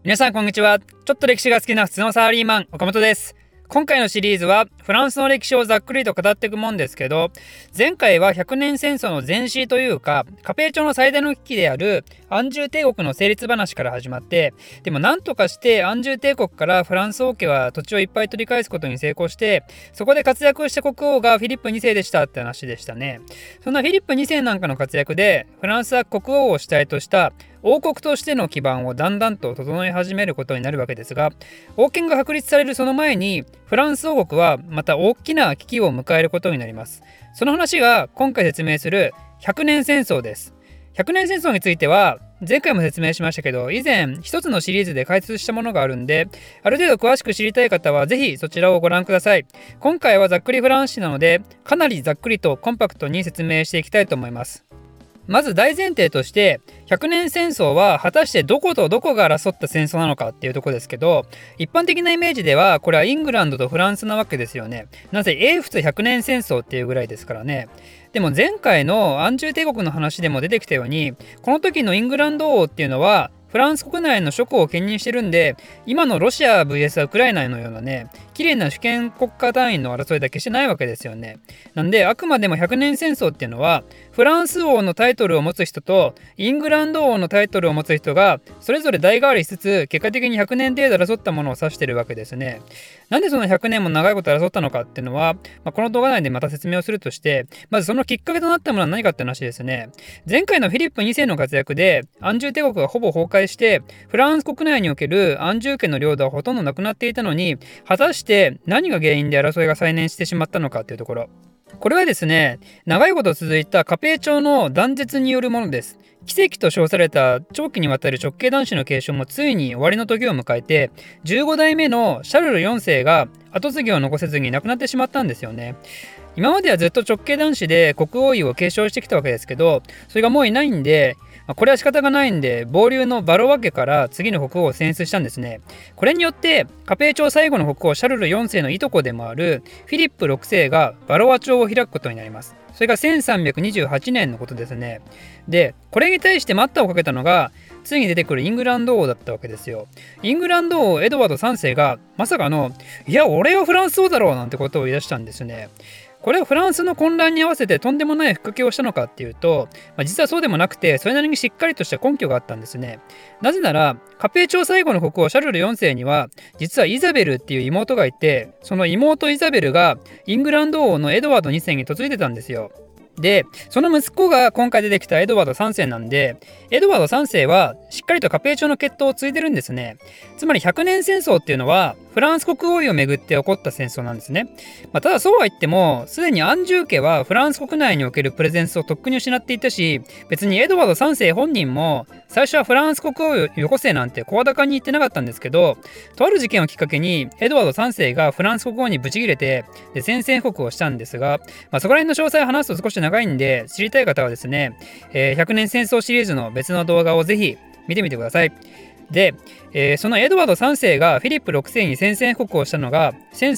皆さんこんにちは。ちょっと歴史が好きな普通のサラリーマン岡本です。今回のシリーズはフランスの歴史をざっくりと語っていくもんですけど、前回は100年戦争の前史というかカペーチョの最大の危機であるアンジュ帝国の成立話から始まって、でもなんとかしてアンジュ帝国からフランス王家は土地をいっぱい取り返すことに成功して、そこで活躍した国王がフィリップ2世でしたって話でしたね。そんなフィリップ2世なんかの活躍でフランスは国王を主体とした王国としての基盤をだんだんと整え始めることになるわけですが、王権が確立されるその前にフランス王国はまた大きな危機を迎えることになります。その話が今回説明する100年戦争です。100年戦争については前回も説明しましたけど、以前一つのシリーズで解説したものがあるんで、ある程度詳しく知りたい方はぜひそちらをご覧ください。今回はざっくりフランス史なので、かなりざっくりとコンパクトに説明していきたいと思います。まず大前提として100年戦争は果たしてどことどこが争った戦争なのかっていうところですけど、一般的なイメージではこれはイングランドとフランスなわけですよね。なぜ英仏100年戦争っていうぐらいですからね。でも前回のアンジュ帝国の話でも出てきたように、この時のイングランド王っていうのはフランス国内の諸侯を兼任してるんで、今のロシア vs ウクライナのようなね、綺麗な主権国家単位の争いだけしてないわけですよね。なんであくまでも100年戦争っていうのはフランス王のタイトルを持つ人とイングランド王のタイトルを持つ人がそれぞれ代替わりしつつ、結果的に100年程度争ったものを指してるわけですね。なんでその100年も長いこと争ったのかっていうのは、この動画内でまた説明をするとして、まずそのきっかけとなったものは何かって話ですね。前回のフィリップ2世の活躍でアンジュ帝国がほぼ崩壊して、フランス国内におけるアンジュ家の領土はほとんどなくなっていたのに、果たして何が原因で争いが再燃してしまったのかっていうところ。これはですね、長いこと続いたカペー朝の断絶によるものです。奇跡と称された長期にわたる直系男子の継承もついに終わりの時を迎えて、15代目のシャルル4世が跡継ぎを残せずに亡くなってしまったんですよね。今まではずっと直系男子で国王位を継承してきたわけですけど、それがもういないんで、これは仕方がないんで、傍流のバロワ家から次の国王を選出したんですね。これによってカペー朝最後の国王シャルル4世のいとこでもあるフィリップ6世がバロワ朝を開くことになります。それが1328年のことですね。で、これに対して待ったをかけたのがついに出てくるイングランド王だったわけですよ。イングランド王エドワード3世がまさかのいや俺はフランス王だろうなんてことを言い出したんですね。これはフランスの混乱に合わせてとんでもないふっかけをしたのかっていうと、実はそうでもなくて、それなりにしっかりとした根拠があったんですね。なぜならカペー朝最後の国王シャルル4世には実はイザベルっていう妹がいて、その妹イザベルがイングランド王のエドワード2世に嫁いでたんですよ。で、その息子が今回出てきたエドワード3世なんで、エドワード3世はしっかりとカペー朝の血統を継いでるんですね。つまり100年戦争っていうのはフランス国王位をめぐって起こった戦争なんですね。ただそうは言っても、すでにアンジュ家はフランス国内におけるプレゼンスをとっくに失っていたし、別にエドワード3世本人も最初はフランス国王をよこせなんて声高に言ってなかったんですけど、とある事件をきっかけにエドワード3世がフランス国王にブチギレて宣戦布告をしたんですが、そこら辺の詳細を話すと少し長いんで、知りたい方はですね、100年戦争シリーズの別の動画をぜひ見てみてください。で、そのエドワード3世がフィリップ6世に宣戦布告をしたのが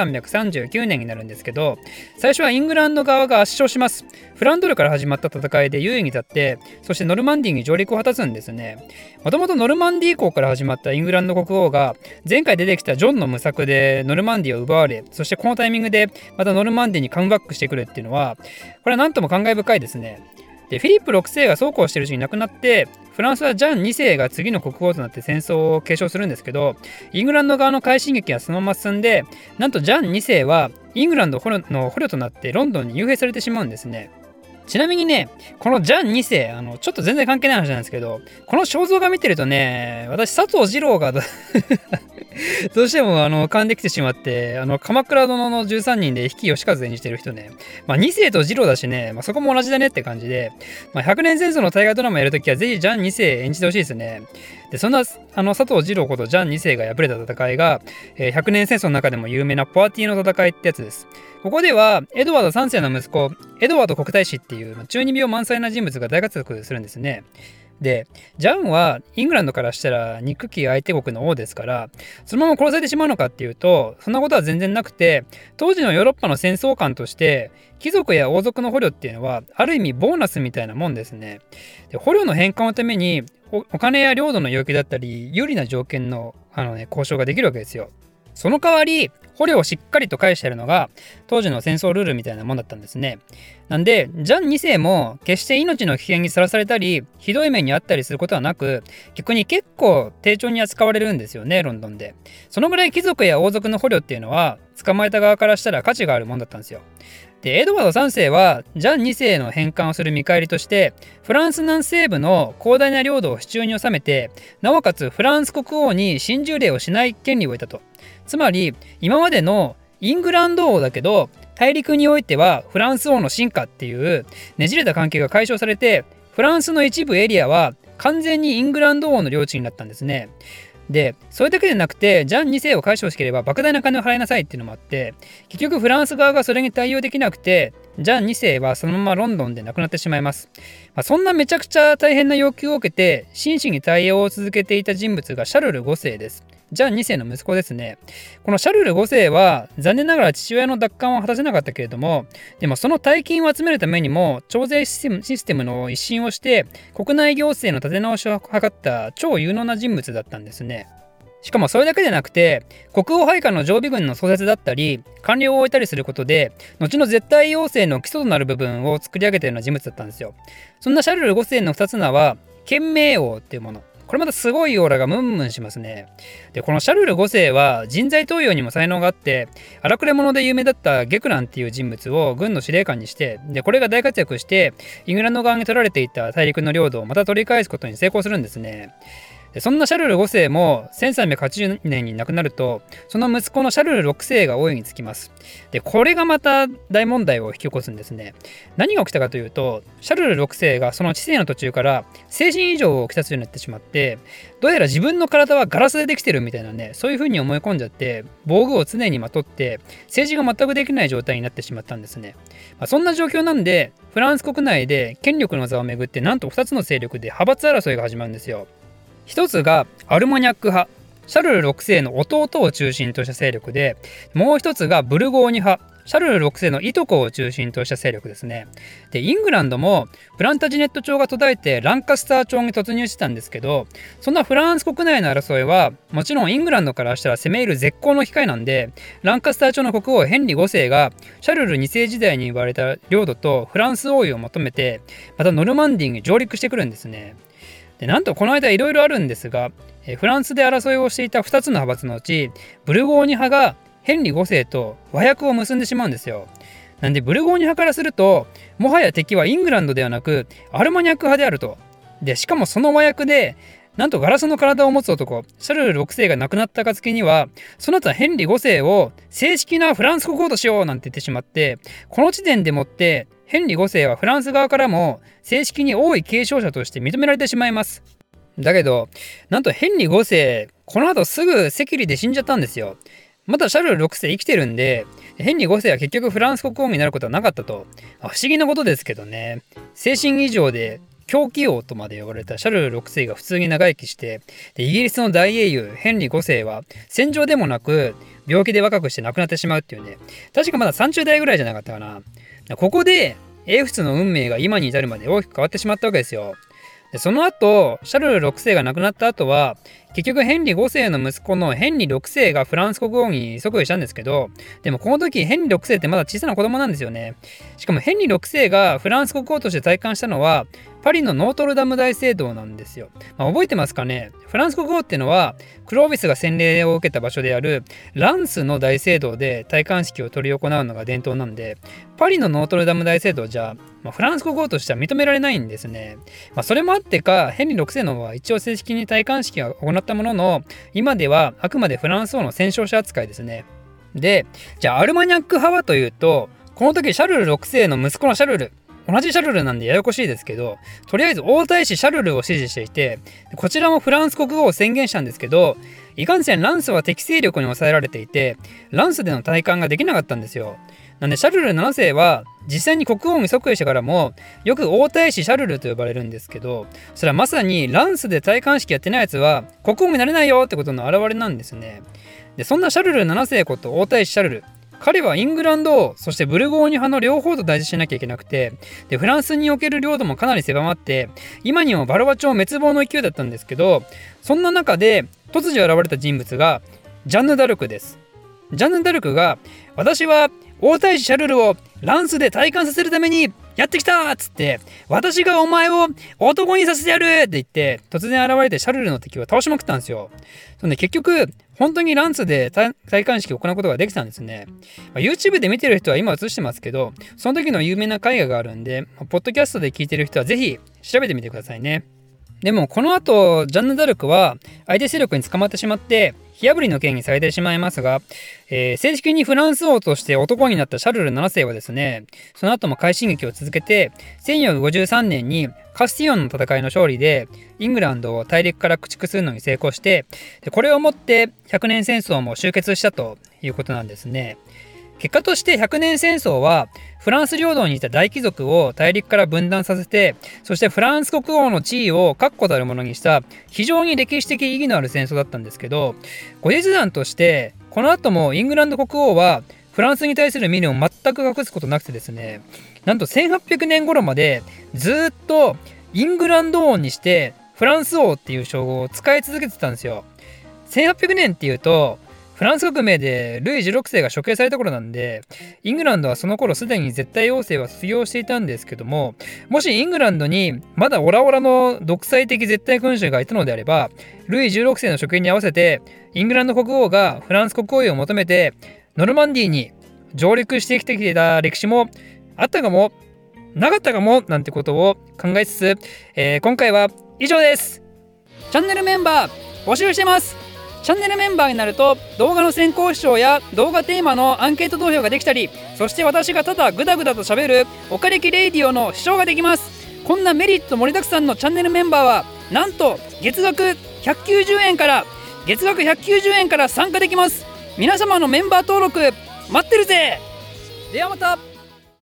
1339年になるんですけど、最初はイングランド側が圧勝します。フランドルから始まった戦いで優位に立って、そしてノルマンディーに上陸を果たすんですね。もともとノルマンディー港から始まったイングランド国王が前回出てきたジョンの無策でノルマンディーを奪われ、そしてこのタイミングでまたノルマンディーにカムバックしてくるっていうのは、これはなんとも感慨深いですね。で、フィリップ6世がそうこうしてるうちに亡くなって、フランスはジャン2世が次の国王となって戦争を継承するんですけど、イングランド側の快進撃はそのまま進んで、なんとジャン2世はイングランドの捕虜となってロンドンに幽閉されてしまうんですね。ちなみにね、このジャン2世、ちょっと全然関係ない話なんですけど、この肖像画見てるとね、私、佐藤二郎がどうしても浮かんできてしまって、鎌倉殿の13人で比企能員演じてる人ね、2世と二郎だしね、そこも同じだねって感じで、100年戦争の大河ドラマやるときはぜひジャン2世演じてほしいですね。で、そんな佐藤二郎ことジャン2世が敗れた戦いが、100年戦争の中でも有名なポワティの戦いってやつです。ここではエドワード3世の息子エドワード皇太子っていう中二病満載な人物が大活躍するんですね。 で、ジャンはイングランドからしたら憎き相手国の王ですから、そのまま殺されてしまうのかっていうと、そんなことは全然なくて、当時のヨーロッパの戦争観として、貴族や王族の捕虜っていうのは、ある意味ボーナスみたいなもんですね。で、捕虜の返還のためにお金や領土の要求だったり、有利な条件の、交渉ができるわけですよ。その代わり、捕虜をしっかりと返しているのが、当時の戦争ルールみたいなもんだったんですね。なんで、ジャン2世も決して命の危険にさらされたり、ひどい目にあったりすることはなく、逆に結構丁重に扱われるんですよね、ロンドンで。そのぐらい貴族や王族の捕虜っていうのは、捕まえた側からしたら価値があるもんだったんですよ。で、エドワード3世はジャン2世の返還をする見返りとしてフランス南西部の広大な領土を手中に収めて、なおかつフランス国王に親従礼をしない権利を得たと。つまり今までのイングランド王だけど大陸においてはフランス王の臣下っていうねじれた関係が解消されて、フランスの一部エリアは完全にイングランド王の領地になったんですね。で、それだけでなくて、ジャン2世を解消しければ莫大な金を払いなさいっていうのもあって、結局フランス側がそれに対応できなくて、ジャン2世はそのままロンドンで亡くなってしまいます。そんなめちゃくちゃ大変な要求を受けて、真摯に対応を続けていた人物がシャルル5世です。ジャン2世の息子ですね。このシャルル5世は残念ながら父親の奪還を果たせなかったけれども、でもその大金を集めるためにも徴税システムの一新をして国内行政の立て直しを図った超有能な人物だったんですね。しかもそれだけでなくて、国王配下の常備軍の創設だったり官僚を置いたりすることで、後の絶対王政の基礎となる部分を作り上げたような人物だったんですよ。そんなシャルル5世の2つ名は賢明王っていうもの。これまたすごいオーラがムンムンしますね。で、このシャルル5世は人材登用にも才能があって、荒くれ者で有名だったゲクランっていう人物を軍の司令官にして、で、これが大活躍して、イングランド側に取られていた大陸の領土をまた取り返すことに成功するんですね。で、そんなシャルル5世も1380年に亡くなると、その息子のシャルル6世が王位につきます。で、これがまた大問題を引き起こすんですね。何が起きたかというと、シャルル6世がその治世の途中から精神異常をきたすようになってしまって、どうやら自分の体はガラスでできてるみたいなね、そういう風に思い込んじゃって、防具を常にまとって政治が全くできない状態になってしまったんですね。そんな状況なんで、フランス国内で権力の座をめぐってなんと2つの勢力で派閥争いが始まるんですよ。一つがアルモニャック派、シャルル6世の弟を中心とした勢力で、もう一つがブルゴーニュ派、シャルル6世のいとこを中心とした勢力ですね。で、イングランドもプランタジネット朝が途絶えてランカスター朝に突入してたんですけど、そんなフランス国内の争いはもちろんイングランドからしたら攻め入る絶好の機会なんで、ランカスター朝の国王ヘンリー5世がシャルル2世時代に言われた領土とフランス王位を求めて、またノルマンディーに上陸してくるんですね。で、なんとこの間いろいろあるんですが、フランスで争いをしていた2つの派閥のうちブルゴーニュ派がヘンリー5世と和約を結んでしまうんですよ。なんでブルゴーニュ派からすると、もはや敵はイングランドではなくアルマニャック派であると。で、しかもその和約でなんとガラスの体を持つ男シャルル6世が亡くなった暁には、その他ヘンリー5世を正式なフランス国王としようなんて言ってしまって、この時点でもってヘンリー5世はフランス側からも正式に王位継承者として認められてしまいます。だけど、なんとヘンリー5世、この後すぐ赤痢で死んじゃったんですよ。まだシャルル6世生きてるんで、ヘンリー5世は結局フランス国王になることはなかったと。不思議なことですけどね。精神異常で狂気王とまで呼ばれたシャルル6世が普通に長生きして、でイギリスの大英雄ヘンリー5世は戦場でもなく病気で若くして亡くなってしまうっていうね。確かまだ30代ぐらいじゃなかったかな。ここで英仏の運命が今に至るまで大きく変わってしまったわけですよ。で、その後シャルル6世が亡くなった後は結局ヘンリー5世の息子のヘンリー6世がフランス国王に即位したんですけど、でもこの時ヘンリー6世ってまだ小さな子供なんですよね。しかもヘンリー6世がフランス国王として戴冠したのはパリのノートルダム大聖堂なんですよ。覚えてますかね。フランス国王っていうのはクロービスが洗礼を受けた場所であるランスの大聖堂で戴冠式を執り行うのが伝統なんで、パリのノートルダム大聖堂じゃフランス国王としては認められないんですね。それもあってかヘンリー6世の方は一応正式に戴冠式を行ったものの、今ではあくまでフランス王の戦勝者扱いですね。で、じゃあアルマニャック派はというと、この時シャルル6世の息子のシャルル、同じシャルルなんでややこしいですけど、とりあえず王太子シャルルを支持していて、こちらもフランス国王を宣言したんですけど、いかんせんランスは敵勢力に抑えられていて、ランスでの戴冠ができなかったんですよ。 なんでシャルル7世は実際に国王に即位してからもよく王太子シャルルと呼ばれるんですけど、それはまさにランスで戴冠式やってないやつは国王になれないよってことの表れなんですね。でそんなシャルル7世こと王太子シャルル、彼はイングランド王そしてブルゴーニュ派の両方と対峙しなきゃいけなくて、でフランスにおける領土もかなり狭まって今にもバルバ朝滅亡の勢いだったんですけど、そんな中で突如現れた人物がジャンヌ・ダルクです。ジャンヌ・ダルクが私は王太子シャルルをランスで戴冠させるためにやってきたっつって、私がお前を男にさせてやるって言って突然現れてシャルルの敵を倒しまくったんですよ。そんで結局本当にランスで戴冠式を行うことができたんですね。YouTube で見てる人は今映してますけど、その時の有名な絵画があるんで、ポッドキャストで聞いてる人はぜひ調べてみてくださいね。でもこの後ジャンヌ・ダルクは相手勢力に捕まってしまって火あぶりの刑にされてしまいますが、正式にフランス王として男になったシャルル7世はですね、その後も快進撃を続けて1453年にカスティヨンの戦いの勝利でイングランドを大陸から駆逐するのに成功して、これをもって100年戦争も終結したということなんですね。結果として100年戦争はフランス領土にいた大貴族を大陸から分断させて、そしてフランス国王の地位を確固たるものにした非常に歴史的意義のある戦争だったんですけど、後日談としてこの後もイングランド国王はフランスに対する未練を全く隠すことなくてですね、なんと1800年頃までずっとイングランド王にしてフランス王っていう称号を使い続けてたんですよ。1800年っていうとフランス革命でルイ16世が処刑された頃なんで、イングランドはその頃すでに絶対王政は卒業していたんですけども、もしイングランドにまだオラオラの独裁的絶対君主がいたのであれば、ルイ16世の処刑に合わせてイングランド国王がフランス国王位を求めてノルマンディーに上陸してきていた歴史もあったかもなかったかもなんてことを考えつつ、今回は以上です。チャンネルメンバー募集してます。チャンネルメンバーになると動画の先行視聴や動画テーマのアンケート投票ができたり、そして私がただグダグダと喋るおかれきレイディオの視聴ができます。こんなメリット盛りだくさんのチャンネルメンバーはなんと月額190円から参加できます。皆様のメンバー登録待ってるぜ。ではまた。